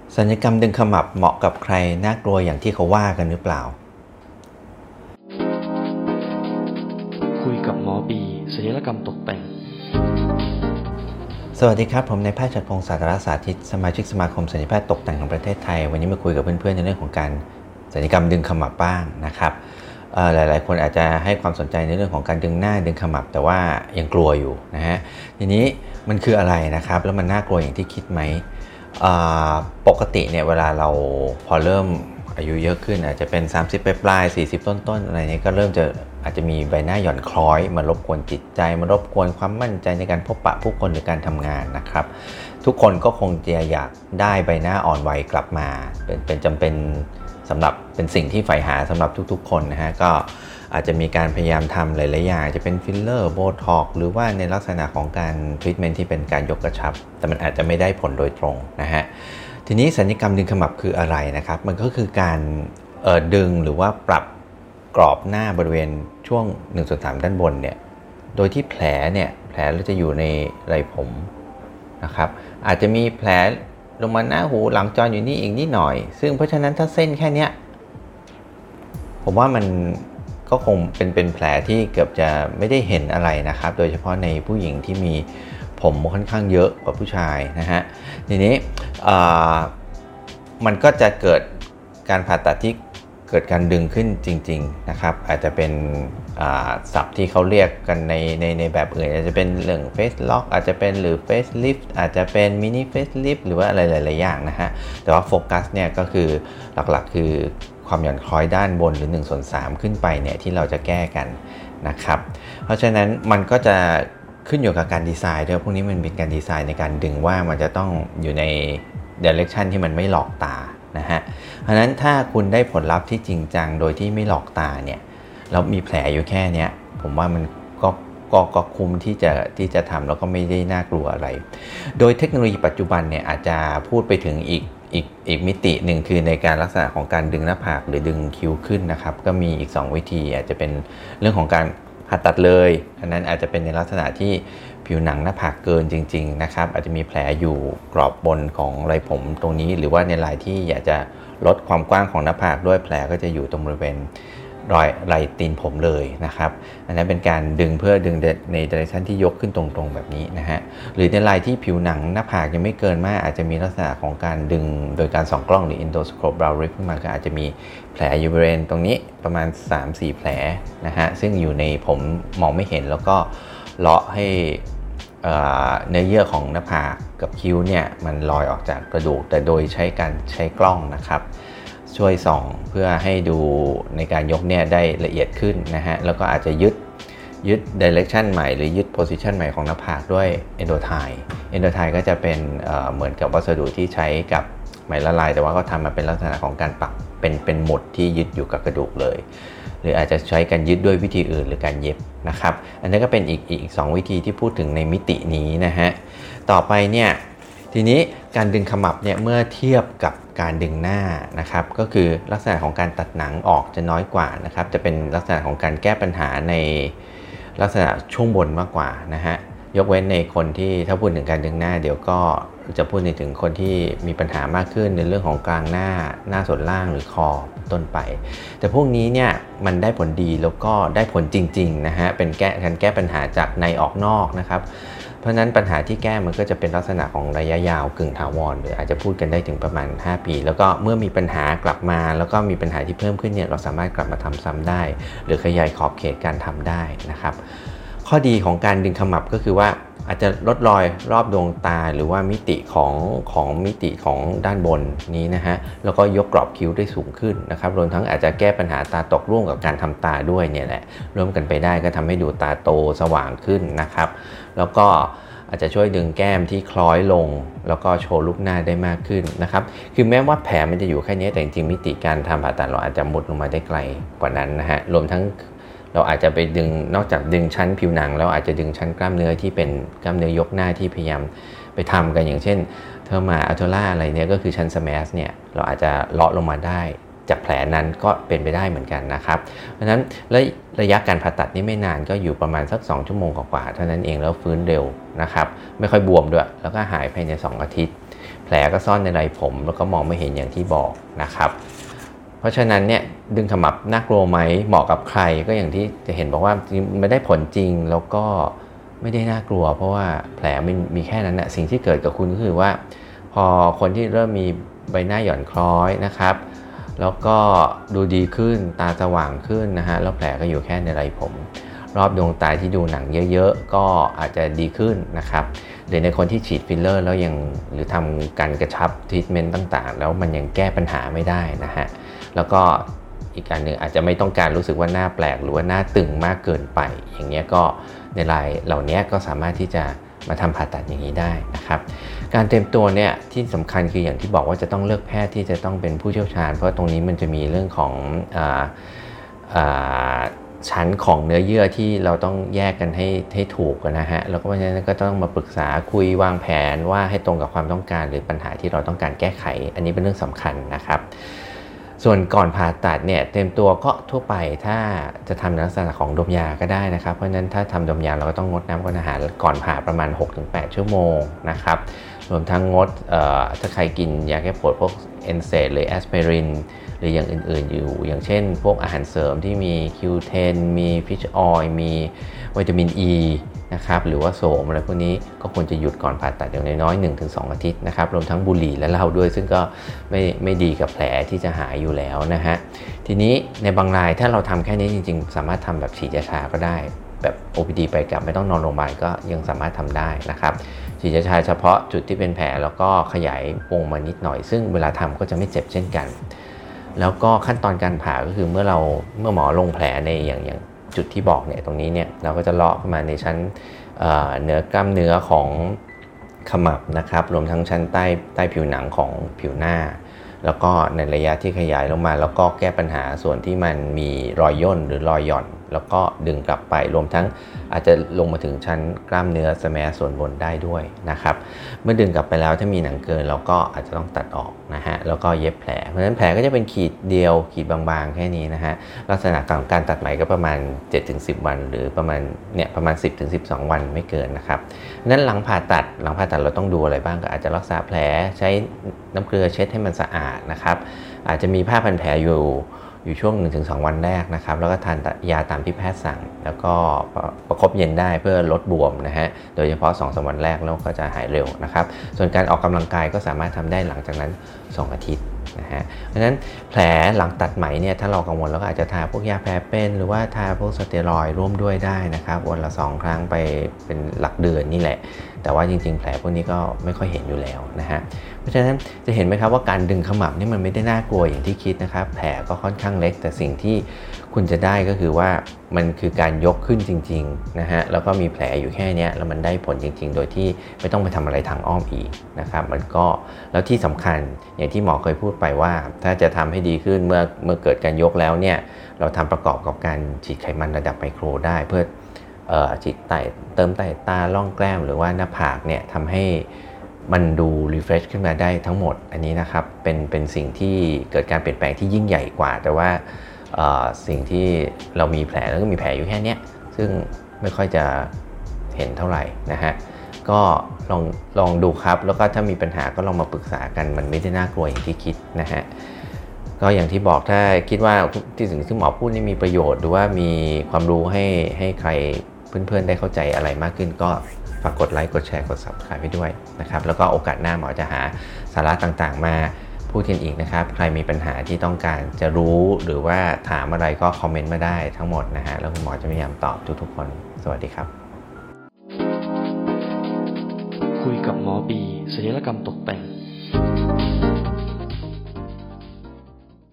ศัลยกรรมดึงขมับเหมาะกับใครน่ากลัวอย่างที่เขาว่ากันหรือเปล่าคุยกับหมอบีศัลยกรรมตกแต่งสวัสดีครับผมนายแพทย์ชัดพงศ์สาธารณสาธิตสมาชิกสมาคมศัลยแพทย์ตกแต่งของประเทศไทยวันนี้มาคุยกับเพื่อนๆในเรื่องของการศัลยกรรมดึงขมับบ้างนะครับหลายๆคนอาจจะให้ความสนใจในเรื่องของการดึงหน้าดึงขมับแต่ว่ายังกลัวอยู่นะฮะทีนี้มันคืออะไรนะครับแล้วมันน่ากลัวอย่างที่คิดไหมปกติเนี่ยเวลาเราพอเริ่มอายุเยอะขึ้นอาจจะเป็น30ปลาย40ต้นๆอะไรนี้ก็เริ่มจะอาจจะมีใบหน้าหย่อนคล้อยมารบกวนจิตใจมารบกวนความมั่นใจในการพบปะผู้คนหรือการทำงานนะครับทุกคนก็คงจะอยากได้ใบหน้าอ่อนวัยกลับมาเป็นจำเป็นสำหรับเป็นสิ่งที่ใฝ่หาสำหรับทุกๆคนนะฮะก็อาจจะมีการพยายามทำหลายๆอย่างจะเป็นฟิลเลอร์โบท็อกซ์หรือว่าในลักษณะของการทรีทเมนต์ที่เป็นการยกกระชับแต่มันอาจจะไม่ได้ผลโดยตรงนะฮะทีนี้ศัลยกรรมดึงขมับคืออะไรนะครับมันก็คือการดึงหรือว่าปรับกรอบหน้าบริเวณช่วง 1/3 ด้านบนเนี่ยโดยที่แผลเราจะอยู่ในไหล่ผมนะครับอาจจะมีแผลลงมาหน้าหูหลังจออยู่นี่อีกนิดหน่อยซึ่งเพราะฉะนั้นถ้าเส้นแค่เนี้ยผมว่ามันก็คงเป็นแผลที่เกือบจะไม่ได้เห็นอะไรนะครับโดยเฉพาะในผู้หญิงที่มีผมค่อนข้างเยอะกว่าผู้ชายนะฮะทีนี้มันก็จะเกิดการผ่าตัดที่เกิดการดึงขึ้นจริงๆนะครับอาจจะเป็นศัพท์ที่เขาเรียกกันในแบบอื่นอาจจะเป็นเรื่อง face lock อาจจะเป็นหรือ face lift อาจจะเป็น mini face lift หรือว่าอะไรหลายๆอย่างนะฮะแต่ว่าโฟกัสเนี่ยก็คือหลักๆคือความหย่อนคล้อยด้านบนหรือ1/3ขึ้นไปเนี่ยที่เราจะแก้กันนะครับเพราะฉะนั้นมันก็จะขึ้นอยู่กับการดีไซน์ด้วยพวกนี้มันเป็นการดีไซน์ในการดึงว่ามันจะต้องอยู่ใน direction ที่มันไม่หลอกตานะฮะเพราะฉะนั้นถ้าคุณได้ผลลัพธ์ที่จริงจังโดยที่ไม่หลอกตาเนี่ยแล้วมีแผลอยู่แค่นี้ผมว่ามันก็คุ้มที่จะทำแล้วก็ไม่ได้น่ากลัวอะไรโดยเทคโนโลยีปัจจุบันเนี่ยอาจจะพูดไปถึงอีกมิติหนึ่งคือในการลักษณะของการดึงหน้าผากหรือดึงคิ้วขึ้นนะครับก็มีอีก2วิธีอาจจะเป็นเรื่องของการผ่าตัดเลยอันนั้นอาจจะเป็นในลักษณะที่ผิวหนังหน้าผากเกินจริงๆนะครับอาจจะมีแผลอยู่กรอบบนของไหล่ผมตรงนี้หรือว่าในรายที่อยากจะลดความกว้างของหน้าผากด้วยแผลก็จะอยู่ตรงบริเวณรอยไหล่ตีนผมเลยนะครับอันนั้นเป็นการดึงเพื่อดึงในดิเรกชันที่ยกขึ้นตรงๆแบบนี้นะฮะหรือในรายที่ผิวหนังหน้าผากยังไม่เกินมากอาจจะมีลักษณะของการดึงโดยการส่องกล้องหรือ endoscope brow rib ขึ้นมาก็อาจจะมีแผลอยู่บริเวณตรงนี้ประมาณ 3-4 แผลนะฮะซึ่งอยู่ในผมมองไม่เห็นแล้วก็เลาะให้เนื้อเยื่อของหน้าผากกับคิ้วเนี่ยมันลอยออกจากกระดูกแต่โดยใช้กล้องนะครับช่วยส่องเพื่อให้ดูในการยกเนี่ยได้ละเอียดขึ้นนะฮะแล้วก็อาจจะยึด direction ใหม่หรือยึด position ใหม่ของหน้าผากด้วย endothine ก็จะเป็นเหมือนกับวัสดุที่ใช้กับไหมละลายแต่ว่าก็ทำมาเป็นลักษณะของการปักเป็นหมุดที่ยึดอยู่กับกระดูกเลยหรืออาจจะใช้การยึดด้วยวิธีอื่นหรือการเย็บนะครับอันนี้ก็เป็นอีก2วิธีที่พูดถึงในมิตินี้นะฮะต่อไปเนี่ยทีนี้การดึงขมับเนี่ยเมื่อเทียบกับการดึงหน้านะครับก็คือลักษณะของการตัดหนังออกจะน้อยกว่านะครับจะเป็นลักษณะของการแก้ปัญหาในลักษณะช่วงบนมากกว่านะฮะยกเว้นในคนที่ถ้าพูดถึงการดึงหน้าเดี๋ยวก็จะพูดถึงคนที่มีปัญหามากขึ้นในเรื่องของกลางหน้าส่วนล่างหรือคอต้นไปแต่พวกนี้เนี่ยมันได้ผลดีแล้วก็ได้ผลจริงๆนะฮะเป็นการแก้ปัญหาจากในออกนอกนะครับเพราะฉะนั้นปัญหาที่แก้มันก็จะเป็นลักษณะของระยะยาวกึ่งถาวรหรืออาจจะพูดกันได้ถึงประมาณ5ปีแล้วก็เมื่อมีปัญหากลับมาแล้วก็มีปัญหาที่เพิ่มขึ้นเนี่ยเราสามารถกลับมาทำซ้ำได้หรือขยายขอบเขตการทำได้นะครับข้อดีของการดึงขมับก็คือว่าอาจจะลดรอยรอบดวงตาหรือว่ามิติของด้านบนนี้นะฮะแล้วก็ยกกรอบคิ้วได้สูงขึ้นนะครับรวมทั้งอาจจะแก้ปัญหาตาตกร่วมกับการทำตาด้วยเนี่ยแหละร่วมกันไปได้ก็ทำให้ดูตาโตสว่างขึ้นนะครับแล้วก็อาจจะช่วยดึงแก้มที่คล้อยลงแล้วก็โชว์รูปหน้าได้มากขึ้นนะครับคือแม้ว่าแผลมันจะอยู่แค่นี้แต่จริงๆมิติการทำผ่าตัดเราอาจจะมุดลงมาได้ไกลกว่านั้นนะฮะรวมทั้งเราอาจจะไปดึงนอกจากดึงชั้นผิวหนังแล้วอาจจะดึงชั้นกล้ามเนื้อที่เป็นกล้ามเนื้อยกหน้าที่พยายามไปทำกันอย่างเช่นเทอร์มาอัลโทล่าอะไรเนี่ยก็คือชั้นสแมสเนี่ยเราอาจจะเลาะลงมาได้จากแผลนั้นก็เป็นไปได้เหมือนกันนะครับเพราะฉะนั้นระยะการผ่าตัดนี่ไม่นานก็อยู่ประมาณสัก2ชั่วโมงกว่าๆเท่านั้นเองแล้วฟื้นเร็วนะครับไม่ค่อยบวมด้วยแล้วก็หายภายใน2อาทิตย์แผลก็ซ่อนในไรผมแล้วก็มองไม่เห็นอย่างที่บอกนะครับเพราะฉะนั้นเนี่ยดึงขมับน่ากลัวไหมเหมาะกับใครก็อย่างที่จะเห็นบอกว่าไม่ได้ผลจริงแล้วก็ไม่ได้น่ากลัวเพราะว่าแผลมันมีแค่นั้นนะสิ่งที่เกิดกับคุณก็คือว่าพอคนที่เริ่มมีใบหน้าหย่อนคล้อยนะครับแล้วก็ดูดีขึ้นตาสว่างขึ้นนะฮะแล้วแผลก็อยู่แค่ในไรผมรอบดวงตาที่ดูหนังเยอะๆก็อาจจะดีขึ้นนะครับหรือในคนที่ฉีดฟิลเลอร์แล้วยังหรือทำการกระชับทรีทเมนต์ต่างๆแล้วมันยังแก้ปัญหาไม่ได้นะฮะแล้วก็อีกการหนึ่งอาจจะไม่ต้องการรู้สึกว่าหน้าแปลกหรือว่าหน้าตึงมากเกินไปอย่างเงี้ยก็ในรายเหล่านี้ก็สามารถที่จะมาทำผ่าตัดอย่างนี้ได้นะครับการเตรียมตัวเนี่ยที่สำคัญคืออย่างที่บอกว่าจะต้องเลือกแพทย์ที่จะต้องเป็นผู้เชี่ยวชาญเพราะตรงนี้มันจะมีเรื่องของชั้นของเนื้อเยื่อที่เราต้องแยกกันให้ถูกนะฮะแล้วก็เพราะฉะนั้นก็ต้องมาปรึกษาคุยวางแผนว่าให้ตรงกับความต้องการหรือปัญหาที่เราต้องการแก้ไขอันนี้เป็นเรื่องสำคัญนะครับส่วนก่อนผ่าตัดเนี่ยเตรียมตัวก็ทั่วไปถ้าจะทำในลักษณะของดมยาก็ได้นะครับเพราะฉะนั้นถ้าทำดมยาเราก็ต้องงดน้ำงดอาหารก่อนผ่าประมาณ 6-8 ชั่วโมงนะครับรวมทั้งงดถ้าใครกินยาแก้ปวดพวกเอนเซดหรือแอสไพรินหรืออย่างอื่นๆอยู่อย่างเช่นพวกอาหารเสริมที่มี Q10 มีฟิชออยล์มีวิตามิน E นะครับหรือว่าโสมอะไรพวกนี้ก็ควรจะหยุดก่อนผ่าตัดอย่างน้อยๆ 1-2 อาทิตย์นะครับรวมทั้งบุหรี่และเหล้าด้วยซึ่งก็ไม่ดีกับแผลที่จะหายอยู่แล้วนะฮะทีนี้ในบางรายถ้าเราทำแค่นี้จริงๆสามารถทำแบบฉีดยาชาก็ได้แบบ OPD ไปกลับไม่ต้องนอนโรงพยาบาลก็ยังสามารถทำได้นะครับฉีดยาชาเฉพาะจุดที่เป็นแผลแล้วก็ขยายวงมานิดหน่อยซึ่งเวลาทำก็จะไม่เจ็บเช่นกันแล้วก็ขั้นตอนการผ่าก็คือเมื่อหมอลงแผลในอย่างจุดที่บอกเนี่ยตรงนี้เนี่ยเราก็จะเลาะเข้ามาในชั้นเนื้อกล้ามเนื้อของขมับนะครับรวมทั้งชั้นใต้ผิวหนังของผิวหน้าแล้วก็ในระยะที่ขยายลงมาแล้วก็แก้ปัญหาส่วนที่มันมีรอยย่นหรือรอยหย่อนแล้วก็ดึงกลับไปรวมทั้งอาจจะลงมาถึงชั้นกล้ามเนื้อสแมร์ส่วนบนได้ด้วยนะครับเมื่อดึงกลับไปแล้วถ้ามีหนังเกินเราก็อาจจะต้องตัดออกนะฮะแล้วก็เย็บแผลเพราะฉะนั้นแผลก็จะเป็นขีดเดียวขีดบางๆแค่นี้นะฮะลักษณะของการตัดไหมก็ประมาณ 7-10 วันหรือประมาณ 10-12 วันไม่เกินนะครับนั้นหลังผ่าตัดเราต้องดูอะไรบ้างก็อาจจะรักษาแผลใช้น้ำเกลือเช็ดให้มันสะอาดนะครับอาจจะมีผ้าพันแผลอยู่ช่วง 1-2 วันแรกนะครับแล้วก็ทานยาตามที่แพทย์สั่งแล้วก็ประคบเย็นได้เพื่อลดบวมนะฮะโดยเฉพาะ 2-3 วันแรกแล้วก็จะหายเร็วนะครับส่วนการออกกำลังกายก็สามารถทำได้หลังจากนั้น 2 อาทิตย์นะฮะเพราะฉะนั้นแผลหลังตัดไหมเนี่ยถ้าเรากังวลเราก็อาจจะทาพวกยาแผลเป็นหรือว่าทาพวกสเตียรอยด์ร่วมด้วยได้นะครับวันละ 2 ครั้งไปเป็นหลักเดือนนี่แหละแต่ว่าจริงๆแผลพวกนี้ก็ไม่ค่อยเห็นอยู่แล้วนะฮะเพราะฉะนั้นจะเห็นไหมครับว่าการดึงขมับนี่มันไม่ได้น่ากลัวอย่างที่คิดนะครับแผลก็ค่อนข้างเล็กแต่สิ่งที่คุณจะได้ก็คือว่ามันคือการยกขึ้นจริงๆนะฮะแล้วก็มีแผลอยู่แค่นี้แล้วมันได้ผลจริงๆโดยที่ไม่ต้องไปทำอะไรทางอ้อมอีกนะครับมันก็แล้วที่สำคัญอย่างที่หมอเคยพูดไปว่าถ้าจะทำให้ดีขึ้นเมื่อเกิดการยกแล้วเนี่ยเราทำประกอบกับการฉีดไขมันระดับไมโครได้เพื่อฉีดเติมใต้ตาล่องแก้มหรือว่าหน้าผากเนี่ยทำให้มันดูรีเฟรชขึ้นมาได้ทั้งหมดอันนี้นะครับเป็นสิ่งที่เกิดการเปลี่ยนแปลงที่ยิ่งใหญ่กว่าแต่ว่าสิ่งที่เรามีแผลแล้วก็มีแผลอยู่แค่นี้ซึ่งไม่ค่อยจะเห็นเท่าไหร่นะฮะก็ลองดูครับแล้วก็ถ้ามีปัญหาก็ลองมาปรึกษากันมันไม่ได้น่ากลัวอย่างที่คิดนะฮะก็อย่างที่บอกถ้าคิดว่าที่สิ่งที่หมอพูดนี่มีประโยชน์หรือว่ามีความรู้ให้ใครเพื่อนๆได้เข้าใจอะไรมากขึ้นก็ฝากกดไลค์กดแชร์กด Subscribe ไปด้วยนะครับแล้วก็โอกาสหน้าหมอจะหาสาระต่างๆมาพูดกันอีกนะครับใครมีปัญหาที่ต้องการจะรู้หรือว่าถามอะไรก็คอมเมนต์มาได้ทั้งหมดนะฮะแล้วคุณหมอจะพยายามตอบทุกๆคนสวัสดีครับคุยกับหมอบีศัลยกรรมตกแต่ง